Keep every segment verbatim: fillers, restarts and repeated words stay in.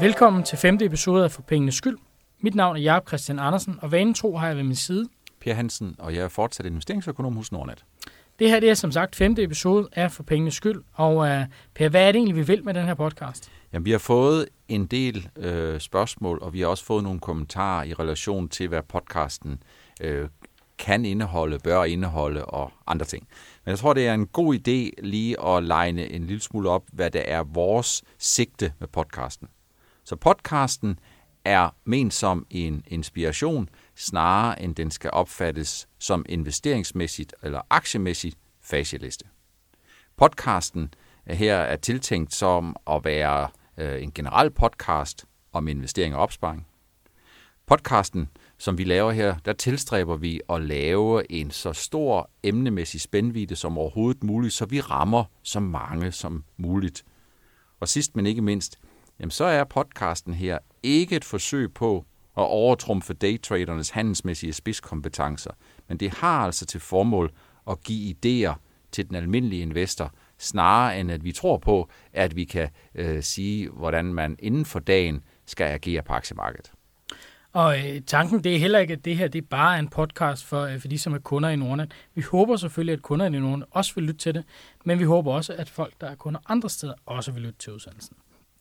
Velkommen til femte episode af For Pengenes Skyld. Mit navn er Jakob Christian Andersen, og vanen tro har jeg ved min side Per Hansen, og jeg er fortsat investeringsøkonom hos Nordnet. Det her det er som sagt femte episode af For Pengenes Skyld, og uh, Per, hvad er det egentlig, vi vil med den her podcast? Jamen, vi har fået en del øh, spørgsmål, og vi har også fået nogle kommentarer i relation til, hvad podcasten øh, kan indeholde, bør indeholde og andre ting. Men jeg tror, det er en god idé lige at line en lille smule op, hvad det er vores sigte med podcasten. Så podcasten er ment som en inspiration, snarere end den skal opfattes som investeringsmæssigt eller aktiemæssigt facialiste. Podcasten her er tiltænkt som at være øh, en generel podcast om investering og opsparing. Podcasten, som vi laver her, der tilstræber vi at lave en så stor emnemæssig spændvidde som overhovedet muligt, så vi rammer så mange som muligt. Og sidst men ikke mindst, jamen så er podcasten her ikke et forsøg på at overtrumfe daytradernes handelsmæssige spidskompetencer, men det har altså til formål at give idéer til den almindelige investor, snarere end at vi tror på, at vi kan øh, sige, hvordan man inden for dagen skal agere på aktiemarkedet. Og øh, tanken det er heller ikke, at det her det er bare en podcast for, øh, for de, som er kunder i Nordnet. Vi håber selvfølgelig, at kunderne i Nordnet også vil lytte til det, men vi håber også, at folk, der er kunder andre steder, også vil lytte til udsendelsen.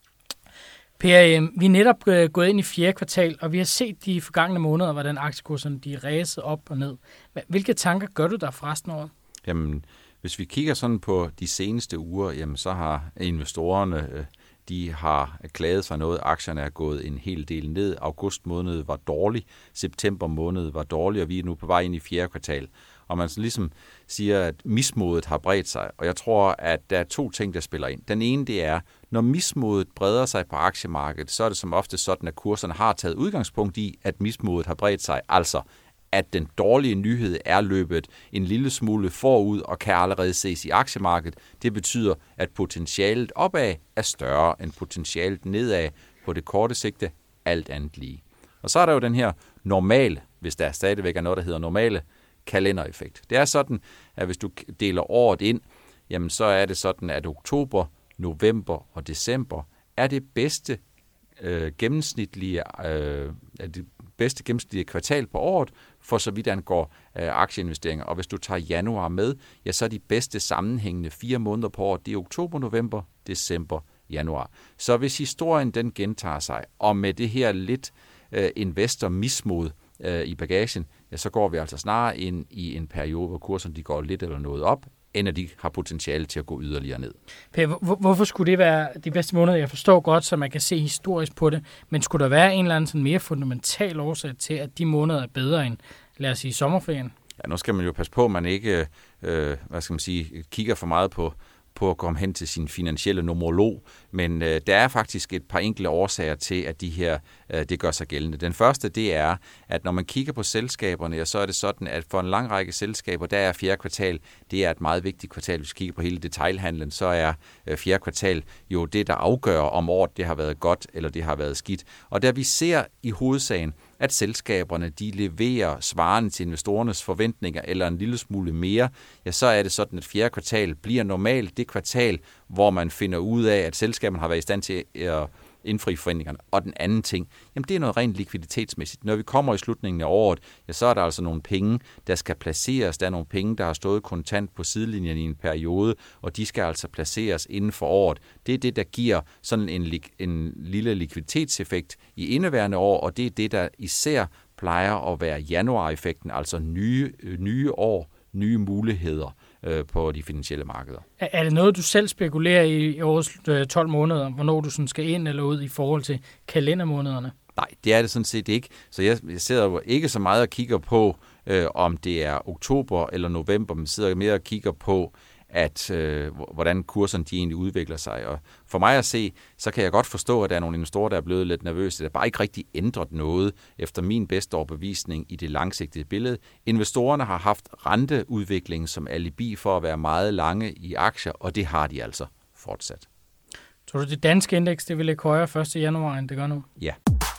Per, øh, vi er netop øh, gået ind i fjerde kvartal, og vi har set de forgangne måneder, hvordan aktiekurserne de er ræset op og ned. Hvilke tanker gør du der for resten af året? Jamen, hvis vi kigger sådan på de seneste uger, jamen, så har investorerne øh, de har klaget sig noget. Aktierne er gået en hel del ned. August måned var dårlig, september måned var dårlig, og vi er nu på vej ind i fjerde kvartal. Og man ligesom siger, at mismodet har bredt sig. Og jeg tror, at der er to ting, der spiller ind. Den ene, det er, når mismodet breder sig på aktiemarkedet, så er det som ofte sådan, at kurserne har taget udgangspunkt i, at mismodet har bredt sig. Altså, at den dårlige nyhed er løbet en lille smule forud og kan allerede ses i aktiemarkedet. Det betyder, at potentialet opad er større end potentialet nedad på det korte sigte, alt andet lige. Og så er der jo den her normale, hvis der stadigvæk er noget, der hedder normale, kalendereffekt. Det er sådan, at hvis du deler året ind, jamen så er det sådan, at oktober, november og december er det bedste øh, gennemsnitlige øh, det bedste gennemsnitlige kvartal på året, for så vidt angår øh, aktieinvesteringer. Og hvis du tager januar med, ja, så er de bedste sammenhængende fire måneder på året, det er oktober, november, december, januar. Så hvis historien den gentager sig, og med det her lidt øh, investor-mismod øh, i bagagen, ja, så går vi altså snarere ind i en periode, hvor kurserne de går lidt eller noget op, end at de har potentiale til at gå yderligere ned. Per, hvor, hvorfor skulle det være de bedste måneder? Jeg forstår godt, så man kan se historisk på det, men skulle der være en eller anden sådan mere fundamental årsag til, at de måneder er bedre end, lad os sige, sommerferien? Ja, nu skal man jo passe på, at man ikke øh, hvad skal man sige, kigger for meget på, på at komme hen til sin finansielle numerolog, men øh, der er faktisk et par enkelte årsager til, at de her, øh, det gør sig gældende. Den første, det er, at når man kigger på selskaberne, ja, så er det sådan, at for en lang række selskaber, der er fjerde kvartal, det er et meget vigtigt kvartal. Hvis vi kigger på hele detailhandlen, så er øh, fjerde kvartal jo det, der afgør, om året det har været godt, eller det har været skidt. Og der vi ser i hovedsagen, at selskaberne de leverer svarende til investorernes forventninger eller en lille smule mere, ja, så er det sådan, at fjerde kvartal bliver normalt det kvartal, hvor man finder ud af, at selskaberne har været i stand til at indfri forventningerne. Og den anden ting, jamen det er noget rent likviditetsmæssigt. Når vi kommer i slutningen af året, ja, så er der altså nogle penge, der skal placeres. Der er nogle penge, der har stået kontant på sidelinjen i en periode, og de skal altså placeres inden for året. Det er det, der giver sådan en, en lille likviditetseffekt i indeværende år, og det er det, der især plejer at være januar-effekten, altså nye, nye år, nye muligheder øh, på de finansielle markeder. Er det noget, du selv spekulerer i i årets tolv måneder, hvornår du sådan skal ind eller ud i forhold til kalendermånederne? Nej, det er det sådan set ikke. Så jeg, jeg sidder jo ikke så meget og kigger på, øh, om det er oktober eller november, men sidder mere og kigger på, at øh, hvordan kurserne de egentlig udvikler sig. Og for mig at se, så kan jeg godt forstå, at der er nogle investorer, der er blevet lidt nervøse. Der er bare ikke rigtig ændret noget efter min bedste overbevisning i det langsigtede billede. Investorerne har haft renteudvikling som alibi for at være meget lange i aktier, og det har de altså fortsat. Tror du, det danske indeks det vil ligge højere første januar, end det gør nu? Ja.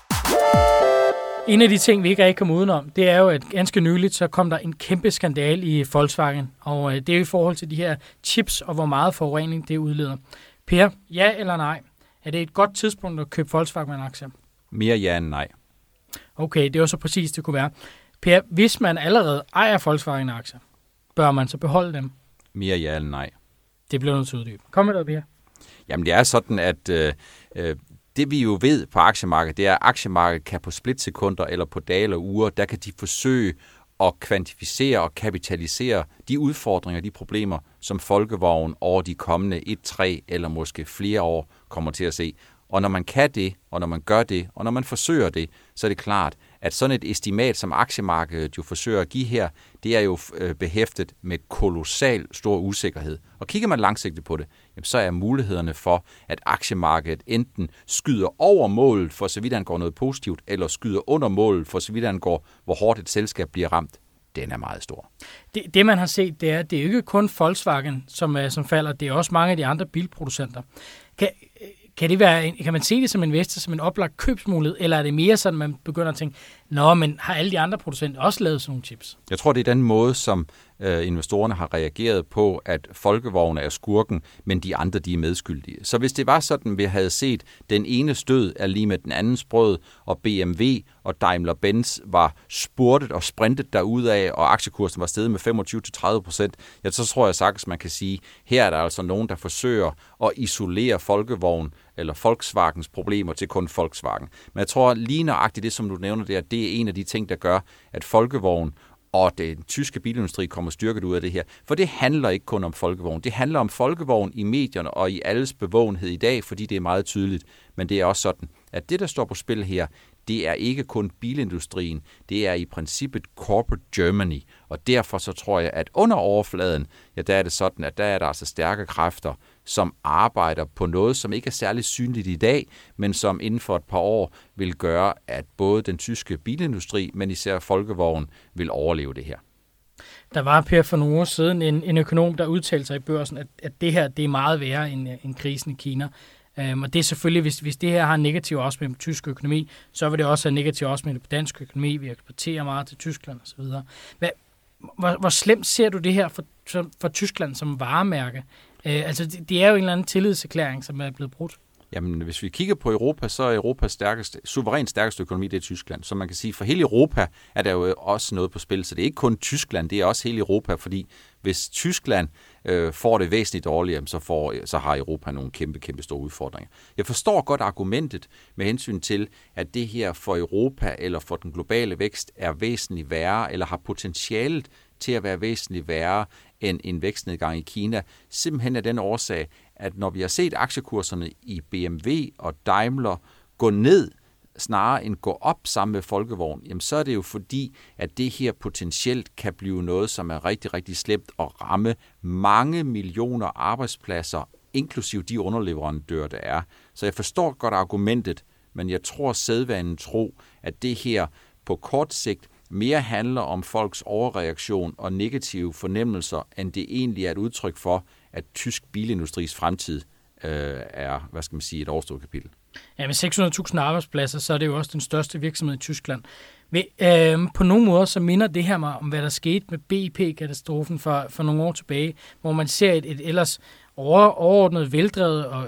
En af de ting, vi ikke rigtig kommer udenom, det er jo, at ganske nyligt, så kom der en kæmpe skandal i Volkswagen, og det er jo i forhold til de her chips, og hvor meget forurening det udleder. Per, ja eller nej? Er det et godt tidspunkt at købe Volkswagen-aktier? Mere ja end nej. Okay, det var så præcis, det kunne være. Per, hvis man allerede ejer Volkswagen-aktier, bør man så beholde dem? Mere ja eller nej. Det bliver noget til uddyb. Kom med det, Per. Jamen, det er sådan, at øh, det vi jo ved på aktiemarkedet, det er, at aktiemarkedet kan på splitsekunder eller på dage eller uger, der kan de forsøge at kvantificere og kapitalisere de udfordringer, de problemer, som Folkevogn over de kommende et, tre eller måske flere år kommer til at se. Og når man kan det, og når man gør det, og når man forsøger det, så er det klart, at sådan et estimat, som aktiemarkedet jo forsøger at give her, det er jo behæftet med kolossal stor usikkerhed. Og kigger man langsigtet på det, jamen så er mulighederne for, at aktiemarkedet enten skyder over målet, for så vidt angår noget positivt, eller skyder under målet, for så vidt angår, hvor hårdt et selskab bliver ramt, den er meget stor. Det, det man har set, det er, det er ikke kun Volkswagen, som, som falder, det er også mange af de andre bilproducenter. Kan, Kan, det være, kan man se det som investor som en oplagt købsmulighed, eller er det mere sådan, man begynder at tænke, nå, men har alle de andre producenter også lavet sådan nogle chips? Jeg tror, det er den måde, som øh, investorerne har reageret på, at Folkevogn er skurken, men de andre, de er medskyldige. Så hvis det var sådan, vi havde set, den ene stød er lige med den andens brød, og B M W og Daimler-Benz var spurtet og sprintet derudad, og aktiekursen var steget med femogtyve til tredive procent, ja, så tror jeg sagtens, man kan sige, her er der altså nogen, der forsøger at isolere Folkevogn eller Volkswagens problemer til kun Volkswagen. Men jeg tror lige nøjagtigt det, som du nævner der, det er en af de ting, der gør, at Folkevogn og den tyske bilindustri kommer styrket ud af det her. For det handler ikke kun om Folkevogn. Det handler om Folkevogn i medierne og i alles bevågenhed i dag, fordi det er meget tydeligt. Men det er også sådan, at det, der står på spil her, det er ikke kun bilindustrien, det er i princippet corporate Germany. Og derfor så tror jeg, at under overfladen, ja, der er det sådan, at der er der altså stærke kræfter, som arbejder på noget, som ikke er særlig synligt i dag, men som inden for et par år vil gøre, at både den tyske bilindustri, men især Folkevogn, vil overleve det her. Der var, Per, for nogle år siden en, en økonom, der udtalte sig i børsen, at, at det her det er meget værre end, end krisen i Kina. Um, og det er selvfølgelig, hvis, hvis det her har en negativ afsmænd på tysk økonomi, så vil det også have negativ afsmænd på dansk økonomi. Vi eksporterer meget til Tyskland osv. Hvad, hvor, hvor slemt ser du det her for, for Tyskland som varemærke? Uh, altså, det, det er jo en eller anden tillidserklæring, som er blevet brudt. Jamen, hvis vi kigger på Europa, så er Europas stærkeste, suverænt stærkeste økonomi, det er Tyskland. Så man kan sige, for hele Europa er der jo også noget på spil. Så det er ikke kun Tyskland, det er også hele Europa, fordi hvis Tyskland øh, får det væsentligt dårligere, så, får, så har Europa nogle kæmpe, kæmpe store udfordringer. Jeg forstår godt argumentet med hensyn til, at det her for Europa eller for den globale vækst er væsentligt værre, eller har potentialet til at være væsentligt værre end en vækstnedgang i Kina. Simpelthen af den årsag, at når vi har set aktiekurserne i B M W og Daimler gå ned, snarere end gå op sammen med Folkevogn, jamen så er det jo fordi, at det her potentielt kan blive noget, som er rigtig, rigtig slemt og ramme mange millioner arbejdspladser, inklusive de underleverandører, der er. Så jeg forstår godt argumentet, men jeg tror sædvanen tro, at det her på kort sigt mere handler om folks overreaktion og negative fornemmelser, end det egentlig er et udtryk for, at tysk bilindustris fremtid øh, er, hvad skal man sige, et overstået kapitel. Ja, med seks hundrede tusind arbejdspladser, så er det jo også den største virksomhed i Tyskland. Ved, øh, på nogle måder så minder det her mig om, hvad der skete med B I P-katastrofen for, for nogle år tilbage, hvor man ser et, et ellers over, overordnet, veldrevet og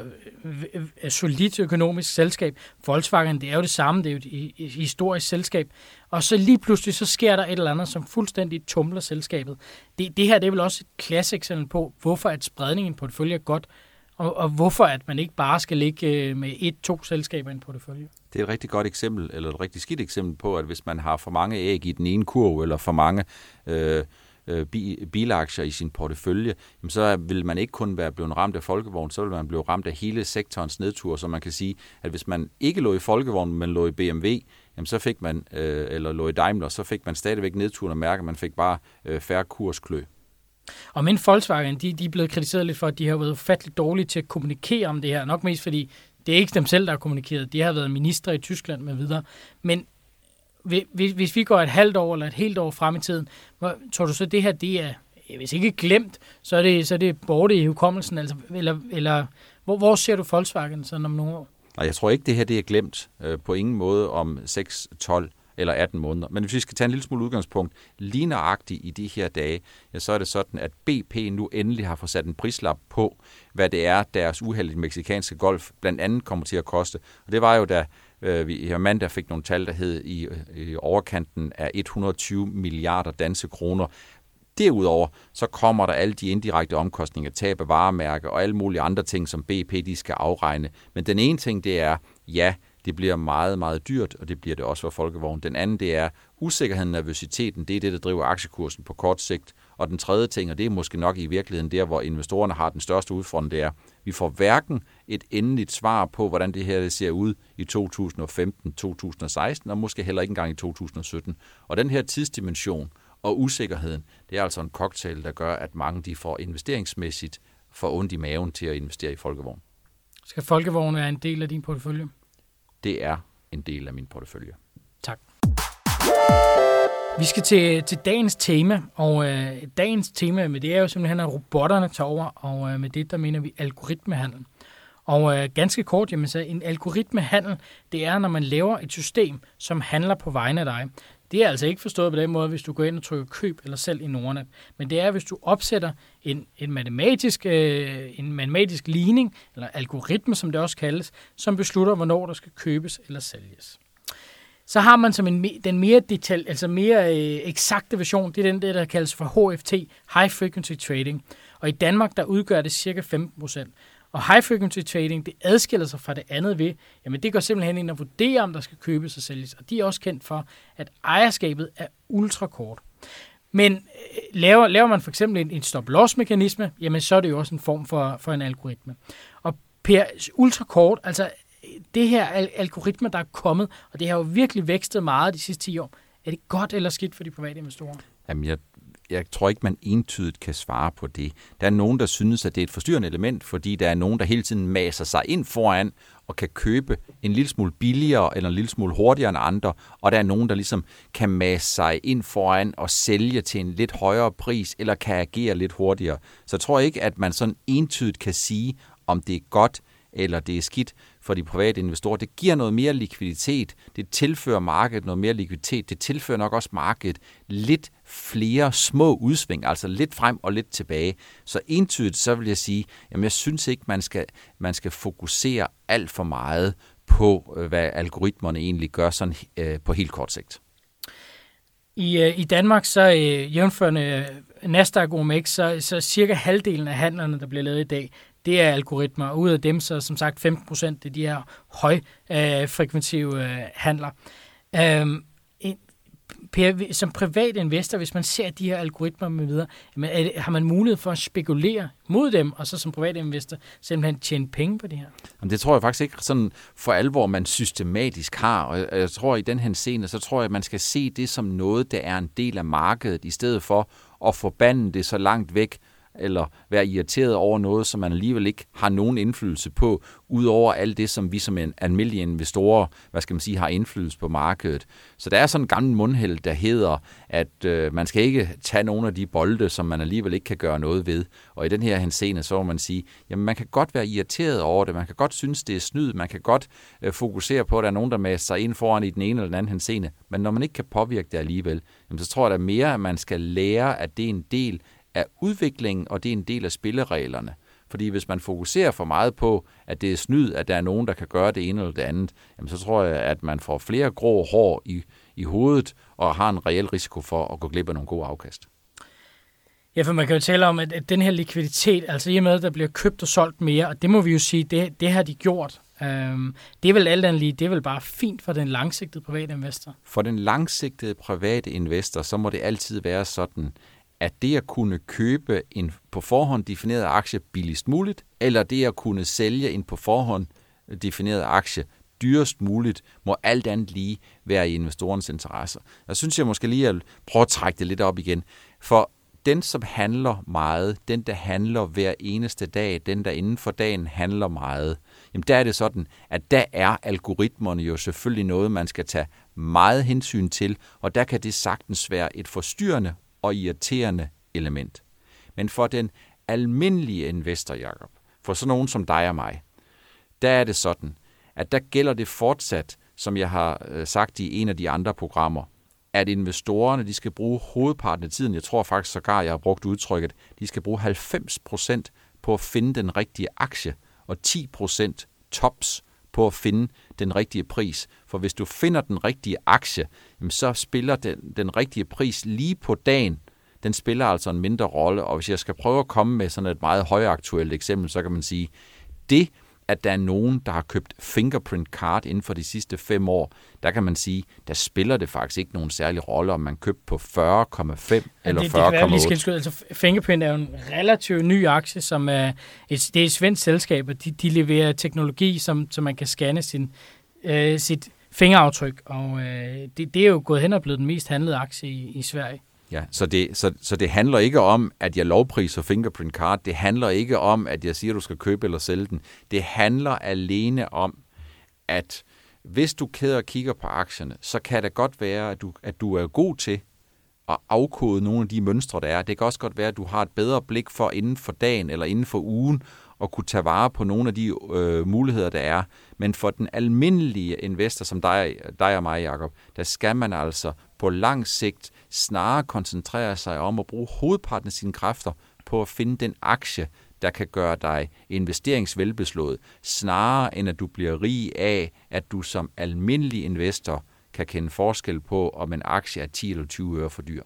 øh, solidt økonomisk selskab. Volkswagen, det er jo det samme, det er jo et, et historisk selskab. Og så lige pludselig, så sker der et eller andet, som fuldstændig tumler selskabet. Det, det her, det er vel også et klasseeksempel på, hvorfor at spredningen på portefølje er godt, og, og hvorfor at man ikke bare skal ligge med et, to selskaber i en portefølje. Det er et rigtig godt eksempel, eller et rigtig skidt eksempel på, at hvis man har for mange æg i den ene kurv, eller for mange øh, øh, bilaktier i sin portefølje, jamen så vil man ikke kun være blevet ramt af Folkevogn, så vil man blive ramt af hele sektorens nedtur, så man kan sige, at hvis man ikke lå i Folkevogn, men lå i B M W, jamen så fik man, øh, eller lå i Daimler, så fik man stadigvæk nedturen og mærke, man fik bare øh, færre kursklø. Og men Volkswagen, de, de er blevet kritiseret lidt for, at de har været ufatteligt dårlige til at kommunikere om det her. Nok mest fordi, det er ikke dem selv, der har kommunikeret. De har været ministre i Tyskland med videre. Men hvis, hvis vi går et halvt år eller et helt år frem i tiden, tror du så, det her, det er, hvis ikke glemt, så er det, så er det borte i hukommelsen? Altså, eller, eller hvor, hvor ser du Volkswagen sådan om nogle år? Og jeg tror ikke, det her det er glemt øh, på ingen måde om seks, tolv eller atten måneder. Men hvis vi skal tage en lille smule udgangspunkt, lige nøjagtigt i de her dage, ja, så er det sådan, at B P nu endelig har fået sat en prislap på, hvad det er, deres uheld i den mexikanske golf blandt andet kommer til at koste. Og det var jo, da øh, vi her mandag fik nogle tal, der hed i, i overkanten af et hundrede og tyve milliarder danske kroner. Derudover så kommer der alle de indirekte omkostninger, tab af varemærker og alle mulige andre ting, som B P de skal afregne. Men den ene ting, det er, ja, det bliver meget, meget dyrt, og det bliver det også for Folkevogn. Den anden, det er usikkerheden, nervøsiteten, det er det, der driver aktiekursen på kort sigt. Og den tredje ting, og det er måske nok i virkeligheden der, hvor investorerne har den største udfordring, det er, vi får hverken et endeligt svar på, hvordan det her ser ud i to tusind og femten til to tusind og seksten, og måske heller ikke engang i to tusind og sytten. Og den her tidsdimension og usikkerheden, det er altså en cocktail, der gør, at mange de får investeringsmæssigt for ondt i maven til at investere i Folkevogn. Skal Folkevogn være en del af din portefølje? Det er en del af min portefølje. Tak. Vi skal til, til dagens tema, og øh, dagens tema med det er jo simpelthen, at robotterne tager over, og øh, med det, der mener vi algoritmehandel. Og øh, ganske kort, jamen, så en algoritmehandel, det er, når man laver et system, som handler på vegne af dig. Det er altså ikke forstået på den måde, hvis du går ind og trykker køb eller selv i Nordnet. Men det er, hvis du opsætter en, en, matematisk, øh, en matematisk ligning, eller algoritme, som det også kaldes, som beslutter, hvornår der skal købes eller sælges. Så har man som en, den mere, detalj, altså mere øh, eksakte version, det er den der, der kaldes for H F T, High Frequency Trading. Og i Danmark, der udgør det cirka femten procent. Og high frequency trading, det adskiller sig fra det andet ved, jamen det går simpelthen ind og vurderer, om der skal købes og sælges. Og de er også kendt for, at ejerskabet er ultrakort. Men laver, laver man for eksempel en, en stop-loss-mekanisme, jamen så er det jo også en form for, for en algoritme. Og per ultrakort, altså det her al- algoritme, der er kommet, og det har jo virkelig vækstet meget de sidste ti år, er det godt eller skidt for de private investorer? Jamen jeg Jeg tror ikke, man entydigt kan svare på det. Der er nogen, der synes, at det er et forstyrrende element, fordi der er nogen, der hele tiden maser sig ind foran og kan købe en lille smule billigere eller en lille smule hurtigere end andre, og der er nogen, der ligesom kan mase sig ind foran og sælge til en lidt højere pris eller kan agere lidt hurtigere. Så jeg tror ikke, at man sådan entydigt kan sige, om det er godt eller det er skidt for de private investorer. Det giver noget mere likviditet, det tilfører markedet noget mere likviditet, det tilfører nok også markedet lidt flere små udsving, altså lidt frem og lidt tilbage. Så entydigt så vil jeg sige, jamen jeg synes ikke, man skal, man skal fokusere alt for meget på, hvad algoritmerne egentlig gør sådan, øh, på helt kort sigt. I, øh, i Danmark, så øh, jævnførende Nasdaq O M X, så, så cirka halvdelen af handlerne, der bliver lavet i dag, det er algoritmer, og ud af dem så som sagt femten procent af de her højfrekventive øh, handler. Øhm, per, som privat investor, hvis man ser de her algoritmer med videre, jamen, er det, har man mulighed for at spekulere mod dem, og så som privat investor simpelthen tjene penge på det her? Jamen, det tror jeg faktisk ikke sådan for alvor, man systematisk har, og jeg, jeg tror i den her scene, så tror jeg, at man skal se det som noget, der er en del af markedet, i stedet for at forbande det så langt væk, eller være irriteret over noget, som man alligevel ikke har nogen indflydelse på, udover alt det, som vi som en almindelige investorer, hvad skal man sige, har indflydelse på markedet. Så der er sådan en gammel mundheld, der hedder, at øh, man skal ikke tage nogle af de bolde, som man alligevel ikke kan gøre noget ved. Og i den her henseende, så må man sige, jamen man kan godt være irriteret over det, man kan godt synes, det er snyd, man kan godt øh, fokusere på, at der er nogen, der maser sig ind foran i den ene eller den anden henseende, men når man ikke kan påvirke det alligevel, jamen, så tror jeg da mere, at man skal lære, at det er en del af udviklingen, og det er en del af spillereglerne. Fordi hvis man fokuserer for meget på, at det er snyd, at der er nogen, der kan gøre det ene eller det andet, jamen så tror jeg, at man får flere grå hår i, i hovedet, og har en reel risiko for at gå glip af nogle gode afkast. Ja, for man kan jo tale om, at, at den her likviditet, altså i og med, at der bliver købt og solgt mere, og det må vi jo sige, det, det har de gjort. Øhm, det er vel alt andet lige, det er vel bare fint for den langsigtede private investor? For den langsigtede private investor, så må det altid være sådan, at det at kunne købe en på forhånd defineret aktie billigst muligt, eller det at kunne sælge en på forhånd defineret aktie dyrest muligt, må alt andet lige være i investorens interesser. Jeg synes, jeg måske lige at prøve at trække det lidt op igen. For den, som handler meget, den, der handler hver eneste dag, den, der inden for dagen handler meget, jamen der er det sådan, at der er algoritmerne jo selvfølgelig noget, man skal tage meget hensyn til, og der kan det sagtens være et forstyrrende og irriterende element. Men for den almindelige investor, Jakob, for sådan nogen som dig og mig, der er det sådan, at der gælder det fortsat som jeg har sagt i en af de andre programmer, at investorerne, de skal bruge hovedparten af tiden, jeg tror faktisk sågar, jeg har brugt udtrykket, de skal bruge halvfems procent på at finde den rigtige aktie, og ti procent tops på at finde den rigtige pris. For hvis du finder den rigtige aktie, så spiller den, den rigtige pris lige på dagen, den spiller altså en mindre rolle. Og hvis jeg skal prøve at komme med sådan et meget højaktuelt eksempel, så kan man sige, det, at der er nogen, der har købt Fingerprint Card inden for de sidste fem år, der kan man sige, der spiller det faktisk ikke nogen særlig rolle, om man købte på fyrre komma fem ja, eller fyrre komma otte. Det, det altså, Fingerprint er jo en relativt ny aktie, som er et, det er et svensk selskab, og de, de leverer teknologi, som, som man kan scanne sin, øh, sit fingeraftryk, og øh, det, det er jo gået hen og blevet den mest handlede aktie i, i Sverige. Ja, så det, så, så det handler ikke om, at jeg lovpriser Fingerprint Card. Det handler ikke om, at jeg siger, at du skal købe eller sælge den. Det handler alene om, at hvis du keder og kigger på aktierne, så kan det godt være, at du, at du er god til at afkode nogle af de mønstre, der er. Det kan også godt være, at du har et bedre blik for inden for dagen eller inden for ugen at kunne tage vare på nogle af de øh, muligheder, der er. Men for den almindelige investor, som dig, dig og mig, Jacob, der skal man altså på lang sigt snarere koncentrere sig om at bruge hovedparten af sine kræfter på at finde den aktie, der kan gøre dig investeringsvelbeslået, snarere end at du bliver rig af, at du som almindelig investor kan kende forskel på, om en aktie er ti eller tyve øre for dyr.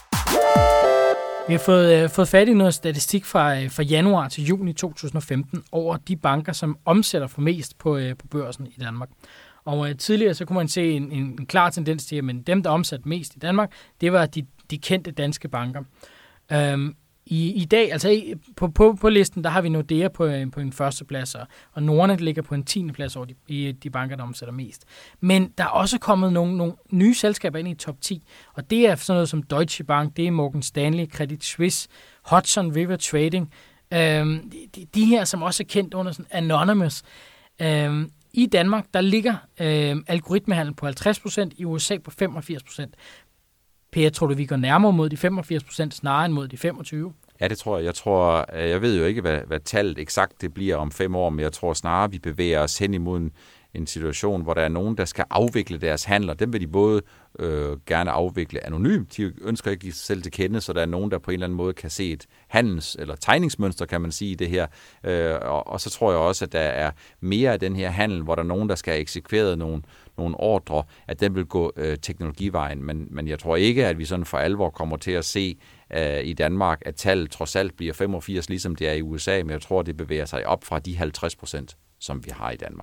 Vi har fået, øh, fået fat i noget statistik fra, øh, fra januar til juni to tusind og femten over de banker, som omsætter for mest på, øh, på børsen i Danmark. Og øh, tidligere så kunne man se en, en, en klar tendens til, at dem, der omsatte mest i Danmark, det var de, de kendte danske banker. Øhm, i, I dag, altså i, på, på, på listen, der har vi Nordea på, på en første plads, og Nordnet ligger på en tiende plads over de, i de banker, der omsætter mest. Men der er også kommet nogle, nogle nye selskaber ind i top ti, og det er sådan noget som Deutsche Bank, det er Morgan Stanley, Credit Suisse, Hudson River Trading, øhm, de, de her, som også er kendt under sådan Anonymous. Øhm, I Danmark, der ligger øh, algoritmehandel på halvtreds procent, i U S A på femogfirs procent. Per, tror du, vi går nærmere mod de femogfirs procent, snarere end mod de femogtyve? Ja, det tror jeg. Jeg tror, jeg ved jo ikke, hvad, hvad tallet eksakt det bliver om fem år, men jeg tror snarere, vi bevæger os hen imod en, en situation, hvor der er nogen, der skal afvikle deres handler. Dem vil de både øh, gerne afvikle anonymt. De ønsker ikke give sig selv til kende, så der er nogen, der på en eller anden måde kan se et handels- eller tegningsmønster, kan man sige, i det her. Øh, og, og så tror jeg også, at der er mere af den her handel, hvor der er nogen, der skal have eksekveret nogle, nogle ordre, at den vil gå øh, teknologivejen. Men, men jeg tror ikke, at vi sådan for alvor kommer til at se øh, i Danmark, at tallet trods alt bliver femogfirs, ligesom det er i U S A, men jeg tror, det bevæger sig op fra de halvtreds procent, som vi har i Danmark.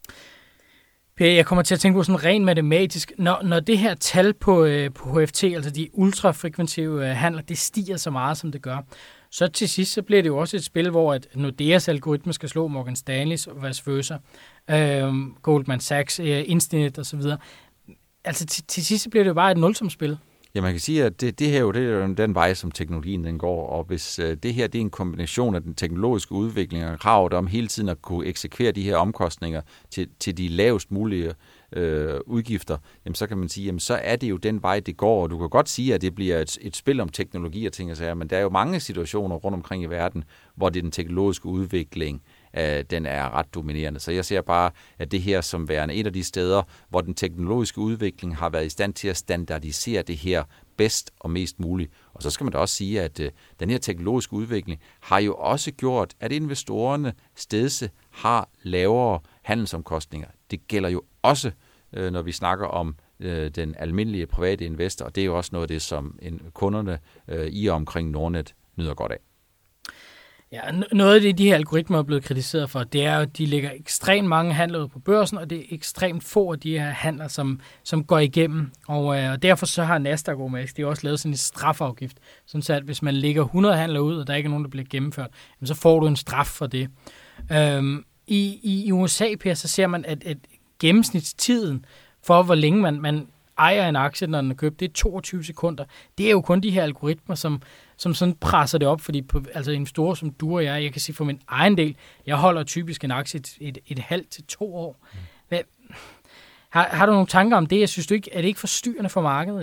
Per, jeg kommer til at tænke på sådan rent matematisk, når, når det her tal på, øh, på H F T, altså de ultrafrekventive øh, handler, det stiger så meget, som det gør, så til sidst så bliver det jo også et spil, hvor at Nordeas algoritme skal slå Morgan Stanleys og vice versa, øh, Goldman Sachs, øh, Instinet osv. Altså til, til sidst så bliver det jo bare et nulsumsspil. Ja, man kan sige, at det, det her jo, det er jo den vej, som teknologien den går, og hvis øh, det her det er en kombination af den teknologiske udvikling og kravet om hele tiden at kunne eksekvere de her omkostninger til, til de lavest mulige øh, udgifter, jamen så kan man sige, jamen så er det jo den vej, det går, og du kan godt sige, at det bliver et, et spil om teknologi og ting og sager, men der er jo mange situationer rundt omkring i verden, hvor det er den teknologiske udvikling, den er ret dominerende. Så jeg ser bare, at det her som værende et af de steder, hvor den teknologiske udvikling har været i stand til at standardisere det her bedst og mest muligt. Og så skal man da også sige, at uh, den her teknologiske udvikling har jo også gjort, at investorerne stedse har lavere handelsomkostninger. Det gælder jo også, uh, når vi snakker om uh, den almindelige private investor, og det er jo også noget af det, som en, kunderne uh, i og omkring Nordnet nyder godt af. Ja, noget af det, de her algoritmer er blevet kritiseret for, det er jo, at de lægger ekstremt mange handler ud på børsen, og det er ekstremt få af de her handler, som, som går igennem. Og, øh, og derfor så har Nasdaq O M X, de har også lavet sådan en strafafgift, sådan så at hvis man lægger hundrede handler ud, og der ikke er nogen, der bliver gennemført, så får du en straf for det. Øhm, i, I U S A, Per, så ser man, at, at gennemsnitstiden for, hvor længe man, man ejer en aktie, når den er købt, det er toogtyve sekunder. Det er jo kun de her algoritmer, som, som sådan presser det op, fordi på, altså investorer som du og jeg, jeg kan sige for min egen del, jeg holder typisk en aktie et, et, et halvt til to år. Hvad, har, har du nogle tanker om det? Jeg synes du ikke, er det ikke forstyrrende for markedet? Eller?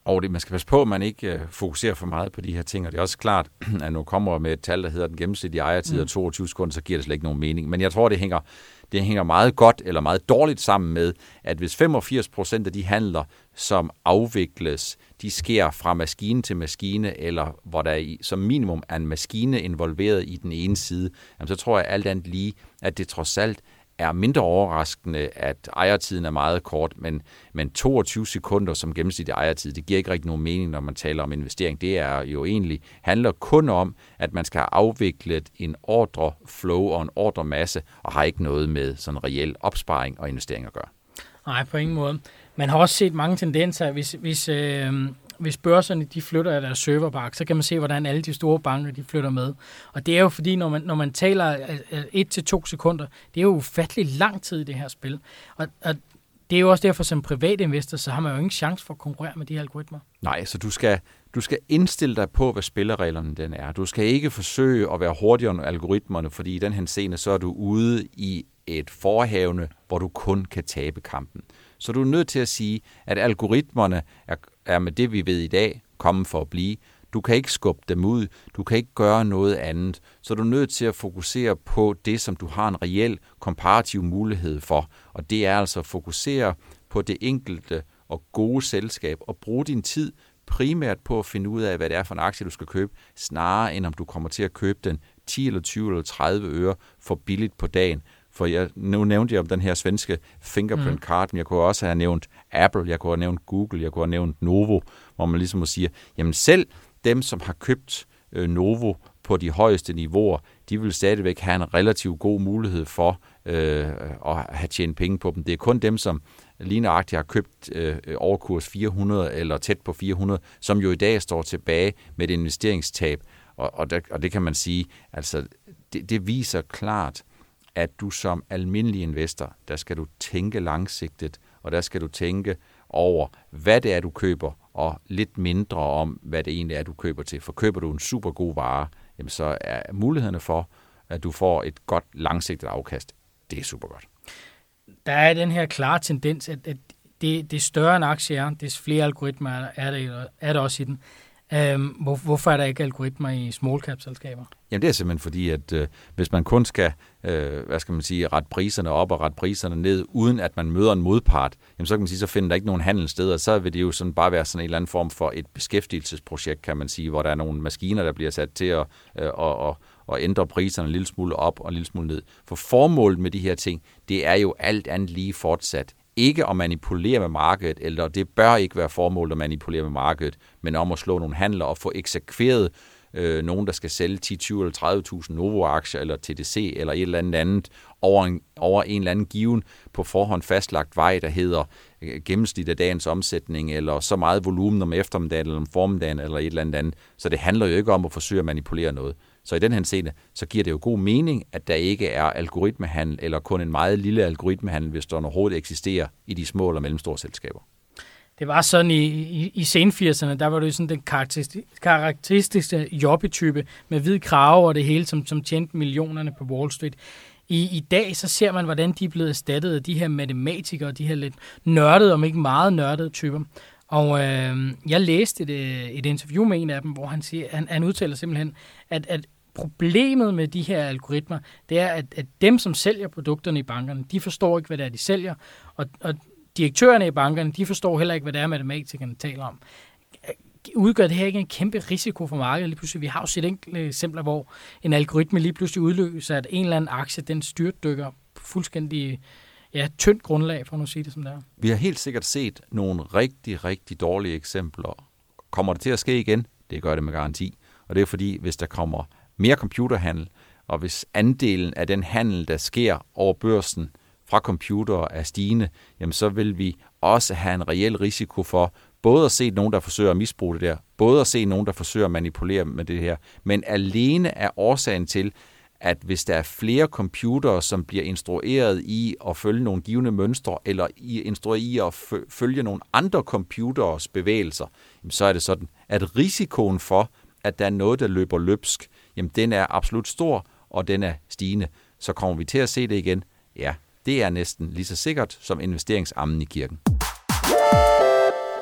Og det, man skal passe på, at man ikke uh, fokuserer for meget på de her ting, og det er også klart, at nu kommer med et tal, der hedder den gennemsnitlige ejertid af mm. toogtyve sekunder, så giver det slet ikke nogen mening. Men jeg tror, det hænger, det hænger meget godt eller meget dårligt sammen med, at hvis femogfirs procent af de handler, som afvikles, de sker fra maskine til maskine, eller hvor der i, som minimum er en maskine involveret i den ene side, jamen, så tror jeg alt andet lige, at det trods alt er mindre overraskende, at ejertiden er meget kort, men, men toogtyve sekunder som gennemsnitlig ejertid, det giver ikke rigtig nogen mening, når man taler om investering. Det er jo egentlig, handler kun om, at man skal have afviklet en ordreflow og en ordremasse, og har ikke noget med sådan reel opsparing og investering at gøre. Nej, på ingen måde. Man har også set mange tendenser, hvis, hvis, øh, hvis børserne de flytter af deres serverpark, så kan man se, hvordan alle de store banker de flytter med. Og det er jo fordi, når man, når man taler et til to sekunder, det er jo ufattelig lang tid i det her spil. Og, og det er jo også derfor, som privatinvestor, så har man jo ingen chance for at konkurrere med de her algoritmer. Nej, så du skal, du skal indstille dig på, hvad spillereglerne den er. Du skal ikke forsøge at være hurtigere end algoritmerne, fordi i den henseende, så er du ude i et forhavne, hvor du kun kan tabe kampen. Så du er nødt til at sige, at algoritmerne er, er med det, vi ved i dag, kommet for at blive. Du kan ikke skubbe dem ud, du kan ikke gøre noget andet. Så du er nødt til at fokusere på det, som du har en reel komparativ mulighed for. Og det er altså at fokusere på det enkelte og gode selskab og bruge din tid primært på at finde ud af, hvad det er for en aktie, du skal købe, snarere end om du kommer til at købe den ti eller tyve eller tredive øre for billigt på dagen. For jeg, nu nævnte jeg om den her svenske fingerprint card, men jeg kunne også have nævnt Apple, jeg kunne have nævnt Google, jeg kunne have nævnt Novo, hvor man ligesom må sige, jamen selv dem, som har købt øh, Novo på de højeste niveauer, de vil stadigvæk have en relativt god mulighed for øh, at have tjent penge på dem. Det er kun dem, som lige nøjagtigt har købt øh, overkurs fire hundrede eller tæt på fire hundrede, som jo i dag står tilbage med et investeringstab. Og, og, der, og det kan man sige, altså det, det viser klart, at du som almindelig investor, der skal du tænke langsigtet, og der skal du tænke over, hvad det er, du køber, og lidt mindre om, hvad det egentlig er, du køber til. For køber du en super god vare, jamen så er mulighederne for, at du får et godt langsigtet afkast, det er super godt. Der er den her klare tendens, at, at det, det større en aktie er, des flere algoritmer er der, er der også i den. Øhm, hvor, hvorfor er der ikke algoritmer i small cap selskaber? Jamen det er simpelthen fordi, at øh, hvis man kun skal, øh, hvad skal man sige, rette priserne op og rette priserne ned, uden at man møder en modpart, jamen så kan man sige, så finder der ikke nogen handelssteder, så vil det jo sådan bare være sådan en eller anden form for et beskæftigelsesprojekt, kan man sige, hvor der er nogle maskiner, der bliver sat til at øh, og, og, og ændre priserne en lille smule op og en lille smule ned. For formålet med de her ting, det er jo alt andet lige fortsat ikke at manipulere med markedet, eller det bør ikke være formålet at manipulere med markedet, men om at slå nogle handler og få eksekveret øh, nogen, der skal sælge ti, tyve eller tredive tusind Novo-aktier, eller T D C, eller et eller andet andet, over en, over en eller anden given på forhånd fastlagt vej, der hedder øh, gennemsnit af dagens omsætning, eller så meget volumen om eftermiddagen, eller om formiddagen, eller et eller andet andet. Så det handler jo ikke om at forsøge at manipulere noget. Så i den henseende, så giver det jo god mening, at der ikke er algoritmehandel, eller kun en meget lille algoritmehandel, hvis der overhovedet eksisterer i de små eller mellemstore selskaber. Det var sådan i, i, i sen firserne, der var det jo sådan den karakteristiske, karakteristiske jobbetype med hvid krave og det hele, som, som tjente millionerne på Wall Street. I, I dag så ser man, hvordan de er blevet erstattet af de her matematikere, de her lidt nørdede, om ikke meget nørdede typer. Og øh, jeg læste et, et interview med en af dem, hvor han siger, han, han udtaler simpelthen, at, at problemet med de her algoritmer, det er, at, at dem, som sælger produkterne i bankerne, de forstår ikke, hvad det er, de sælger, og, og direktørerne i bankerne, de forstår heller ikke, hvad det er, matematikerne taler om. Udgør det her ikke en kæmpe risiko for markedet? Lige pludselig, vi har jo set enkelte eksempler, hvor en algoritme lige pludselig udløser, at en eller anden aktie, den styrtdykker fuldstændig ja, tyndt grundlag, for at nu sige det som det er. Vi har helt sikkert set nogle rigtig, rigtig dårlige eksempler. Kommer det til at ske igen? Det gør det med garanti. Og det er fordi, hvis der kommer mere computerhandel, og hvis andelen af den handel, der sker over børsen fra computere er stigende, jamen så vil vi også have en reel risiko for både at se nogen, der forsøger at misbruge det der, både at se nogen, der forsøger at manipulere med det her, men alene er årsagen til, at hvis der er flere computere, som bliver instrueret i at følge nogle givne mønstre, eller instrueret i at følge nogle andre computeres bevægelser, så er det sådan, at risikoen for, at der er noget, der løber løbsk, jamen den er absolut stor, og den er stigende. Så kommer vi til at se det igen? Ja, det er næsten lige så sikkert som investeringsammen i kirken.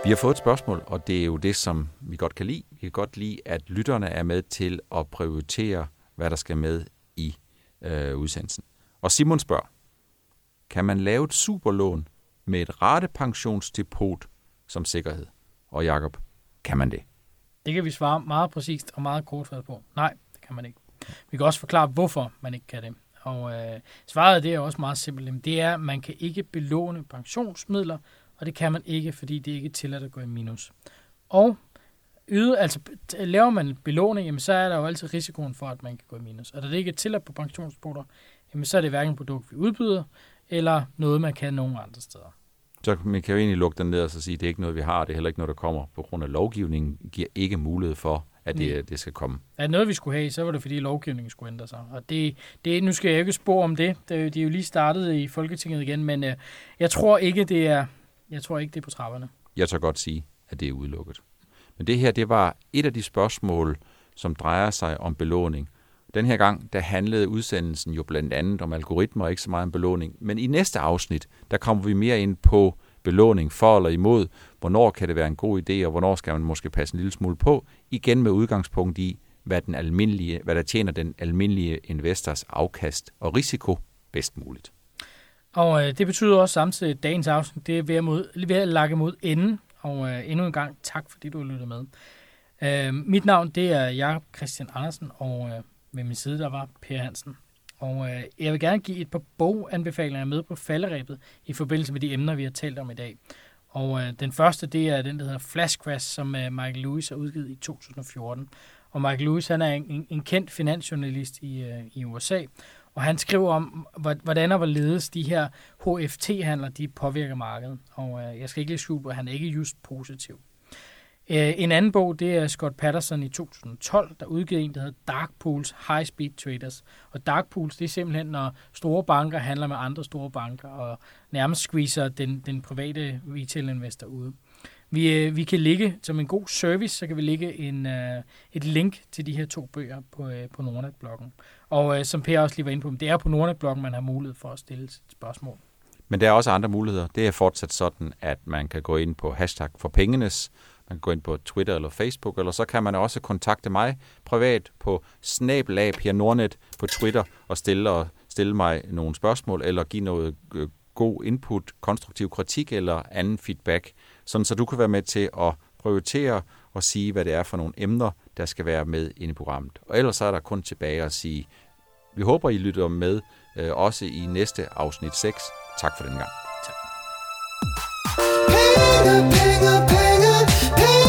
Vi har fået et spørgsmål, og det er jo det, som vi godt kan lide. Vi kan godt lide, at lytterne er med til at prioritere, hvad der skal med i øh, udsendelsen. Og Simon spørger, kan man lave et superlån med et ratepensionsdepot som sikkerhed? Og Jakob, kan man det? Det kan vi svare meget præcist og meget kortfattet på. Nej, det kan man ikke. Vi kan også forklare, hvorfor man ikke kan det. Og øh, svaret det er også meget simpelt. Det er, at man kan ikke belåne pensionsmidler, og det kan man ikke, fordi det ikke er tilladt at gå i minus. Og yde, altså, laver man belåning, jamen, så er der jo altid risikoen for, at man kan gå i minus. Og da det ikke er tilladt på pensionsdepoter, jamen, så er det hverken et produkt, vi udbyder, eller noget, man kan nogen andre steder. Så man kan jo egentlig lukke den ned og så sige, at det er ikke noget, vi har, det er heller ikke noget, der kommer på grund af lovgivningen, giver ikke mulighed for, at det, det skal komme. Er det noget, vi skulle have, så var det, fordi lovgivningen skulle ændre sig. Og det, det, nu skal jeg ikke spå om det. det. De er jo lige startet i Folketinget igen, men øh, jeg tror ikke, det er, jeg tror ikke, det er på trapperne. Jeg tør godt sige, at det er udelukket. Men det her, det var et af de spørgsmål, som drejer sig om belåning. Den her gang, der handlede udsendelsen jo blandt andet om algoritmer og ikke så meget om belåning. Men i næste afsnit, der kommer vi mere ind på belåning for eller imod. Hvornår kan det være en god idé, og hvornår skal man måske passe en lille smule på. Igen med udgangspunkt i, hvad, den almindelige, hvad der tjener den almindelige investors afkast og risiko bedst muligt. Og øh, det betyder også samtidig, at dagens afsnit det er ved at, mod, ved at lakke mod enden. Og øh, endnu en gang tak, fordi du har lyttet med. Øh, mit navn det er Jakob Christian Andersen, og øh, ved min side der var Per Hansen. Og øh, jeg vil gerne give et par boganbefalinger med på falderebet i forbindelse med de emner, vi har talt om i dag. Og øh, den første, det er den, der hedder Flash Crash, som øh, Michael Lewis har udgivet i to tusind og fjorten. Og Michael Lewis, han er en, en kendt finansjournalist i, øh, i U S A, og han skriver om, hvordan og hvorledes de her H F T-handler, de påvirker markedet. Og øh, jeg skal ikke lige skjule på, at han er ikke just positiv. En anden bog, det er Scott Patterson i to tusind og tolv, der udgiver en, der hedder Dark Pools High Speed Traders. Og Dark Pools, det er simpelthen, når store banker handler med andre store banker, og nærmest squeezer den, den private retail-investor ude. Vi, vi kan lægge, som en god service, så kan vi lægge en, uh, et link til de her to bøger på, uh, på Nordnet-bloggen. Og uh, som Per også lige var inde på, det er på Nordnet-bloggen, man har mulighed for at stille et spørgsmål. Men der er også andre muligheder. Det er fortsat sådan, at man kan gå ind på hashtag for pengenes. Man kan gå ind på Twitter eller Facebook, eller så kan man også kontakte mig privat på snabel-a Per Nordnet på Twitter og stille, og stille mig nogle spørgsmål, eller give noget øh, god input, konstruktiv kritik eller anden feedback, sådan så du kan være med til at prioritere og sige, hvad det er for nogle emner, der skal være med inde i programmet. Og ellers så er der kun tilbage at sige, vi håber, I lytter med øh, også i næste afsnit seks. Tak for den gang. Tak. Penge, penge, penge, penge.